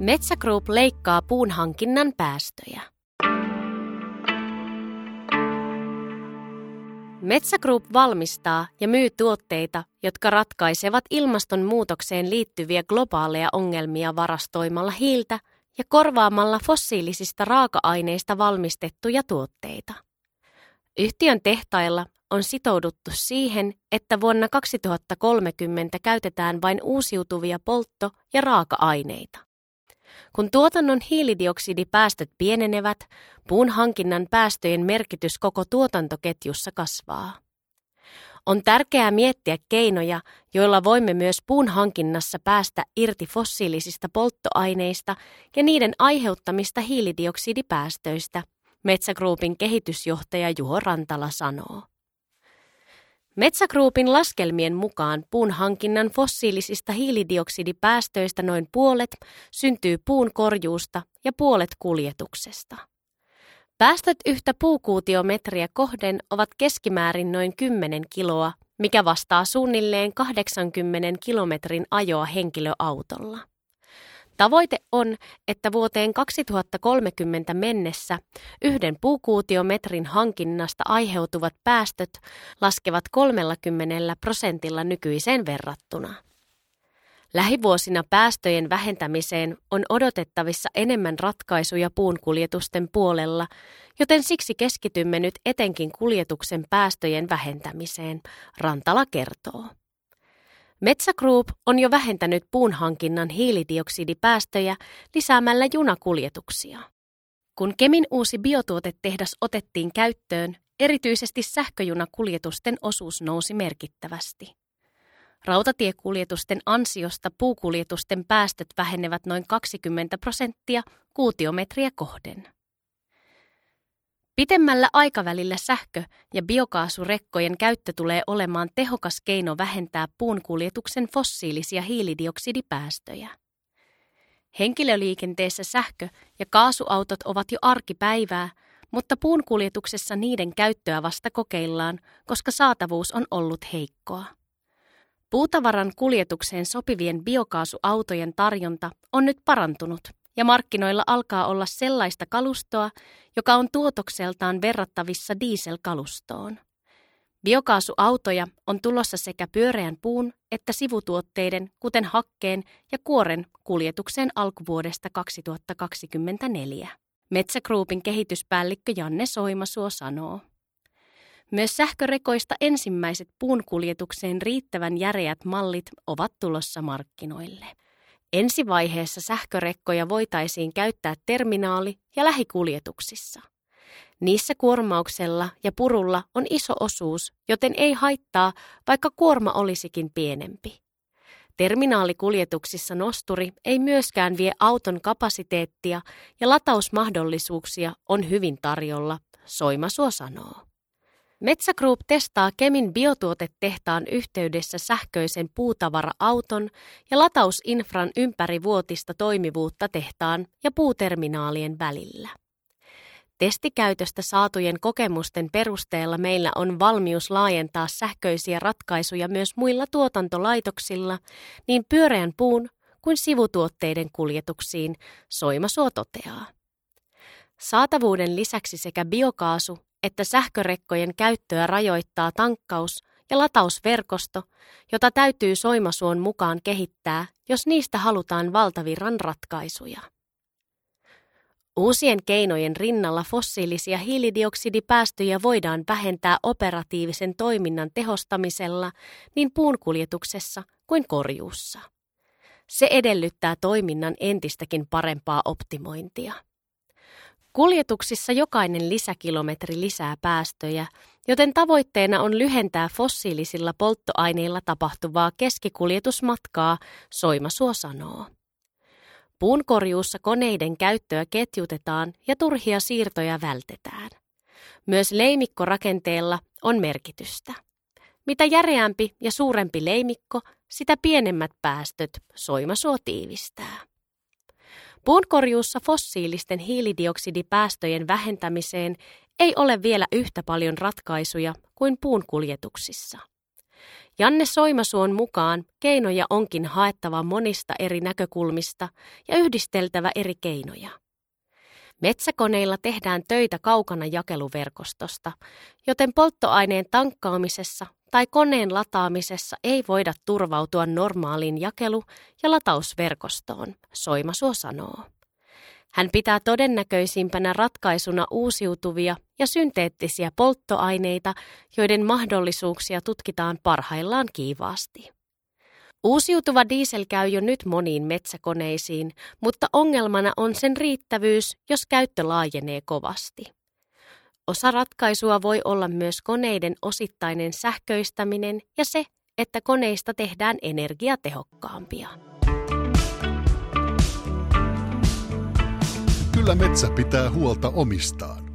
Metsä Group leikkaa puun hankinnan päästöjä. Metsä Group valmistaa ja myy tuotteita, jotka ratkaisevat ilmastonmuutokseen liittyviä globaaleja ongelmia varastoimalla hiiltä ja korvaamalla fossiilisista raaka-aineista valmistettuja tuotteita. Yhtiön tehtailla on sitouduttu siihen, että vuonna 2030 käytetään vain uusiutuvia poltto- ja raaka-aineita. Kun tuotannon hiilidioksidipäästöt pienenevät, puun hankinnan päästöjen merkitys koko tuotantoketjussa kasvaa. On tärkeää miettiä keinoja, joilla voimme myös puun hankinnassa päästä irti fossiilisista polttoaineista ja niiden aiheuttamista hiilidioksidipäästöistä, Metsä Groupin kehitysjohtaja Juho Rantala sanoo. Metsä Groupin laskelmien mukaan puun hankinnan fossiilisista hiilidioksidipäästöistä noin puolet syntyy puun korjuusta ja puolet kuljetuksesta. Päästöt yhtä puukuutiometriä kohden ovat keskimäärin noin 10 kiloa, mikä vastaa suunnilleen 80 kilometrin ajoa henkilöautolla. Tavoite on, että vuoteen 2030 mennessä 1 puukuutiometrin hankinnasta aiheutuvat päästöt laskevat 30% nykyiseen verrattuna. Lähivuosina päästöjen vähentämiseen on odotettavissa enemmän ratkaisuja puunkuljetusten puolella, joten siksi keskitymme nyt etenkin kuljetuksen päästöjen vähentämiseen, Rantala kertoo. Metsä Group on jo vähentänyt puun hankinnan hiilidioksidipäästöjä lisäämällä junakuljetuksia. Kun Kemin uusi biotuotetehdas otettiin käyttöön, erityisesti sähköjunakuljetusten osuus nousi merkittävästi. Rautatiekuljetusten ansiosta puukuljetusten päästöt vähenevät noin 20% kuutiometriä kohden. Pitemmällä aikavälillä sähkö- ja biokaasurekkojen käyttö tulee olemaan tehokas keino vähentää puun kuljetuksen fossiilisia hiilidioksidipäästöjä. Henkilöliikenteessä sähkö- ja kaasuautot ovat jo arkipäivää, mutta puun kuljetuksessa niiden käyttöä vasta kokeillaan, koska saatavuus on ollut heikkoa. Puutavaran kuljetukseen sopivien biokaasuautojen tarjonta on nyt parantunut ja markkinoilla alkaa olla sellaista kalustoa, joka on tuotokseltaan verrattavissa dieselkalustoon. Biokaasuautoja on tulossa sekä pyöreän puun että sivutuotteiden, kuten hakkeen ja kuoren, kuljetukseen alkuvuodesta 2024. Metsä Groupin kehityspäällikkö Janne Soimasuo sanoo. Myös sähkörekoista ensimmäiset puun kuljetukseen riittävän järeät mallit ovat tulossa markkinoille. Ensivaiheessa sähkörekkoja voitaisiin käyttää terminaali- ja lähikuljetuksissa. Niissä kuormauksella ja purulla on iso osuus, joten ei haittaa, vaikka kuorma olisikin pienempi. Terminaalikuljetuksissa nosturi ei myöskään vie auton kapasiteettia ja latausmahdollisuuksia on hyvin tarjolla, Soimasuo sanoo. Metsä Group testaa Kemin biotuotetehtaan yhteydessä sähköisen puutavara-auton ja latausinfran ympärivuotista toimivuutta tehtaan ja puuterminaalien välillä. Testikäytöstä saatujen kokemusten perusteella meillä on valmius laajentaa sähköisiä ratkaisuja myös muilla tuotantolaitoksilla, niin pyöreän puun kuin sivutuotteiden kuljetuksiin, Soimasuo toteaa. Saatavuuden lisäksi sekä biokaasu että sähkörekkojen käyttöä rajoittaa tankkaus- ja latausverkosto, jota täytyy Soimasuon mukaan kehittää, jos niistä halutaan valtavirran ratkaisuja. Uusien keinojen rinnalla fossiilisia hiilidioksidipäästöjä voidaan vähentää operatiivisen toiminnan tehostamisella niin puunkuljetuksessa kuin korjuussa. Se edellyttää toiminnan entistäkin parempaa optimointia. Kuljetuksissa jokainen lisäkilometri lisää päästöjä, joten tavoitteena on lyhentää fossiilisilla polttoaineilla tapahtuvaa keskikuljetusmatkaa, Soimasuo sanoo. Puunkorjuussa koneiden käyttöä ketjutetaan ja turhia siirtoja vältetään. Myös leimikkorakenteella on merkitystä. Mitä järeämpi ja suurempi leimikko, sitä pienemmät päästöt, Soimasuo tiivistää. Puunkorjuussa fossiilisten hiilidioksidipäästöjen vähentämiseen ei ole vielä yhtä paljon ratkaisuja kuin puun kuljetuksissa. Janne Soimasuon mukaan keinoja onkin haettava monista eri näkökulmista ja yhdisteltävä eri keinoja. Metsäkoneilla tehdään töitä kaukana jakeluverkostosta, joten polttoaineen tankkaamisessa tai koneen lataamisessa ei voida turvautua normaaliin jakelu- ja latausverkostoon, Soimasuo sanoo. Hän pitää todennäköisimpänä ratkaisuna uusiutuvia ja synteettisiä polttoaineita, joiden mahdollisuuksia tutkitaan parhaillaan kiivaasti. Uusiutuva diesel käy jo nyt moniin metsäkoneisiin, mutta ongelmana on sen riittävyys, jos käyttö laajenee kovasti. Osa ratkaisua voi olla myös koneiden osittainen sähköistäminen ja se, että koneista tehdään energiatehokkaampia. Kyllä metsä pitää huolta omistaan.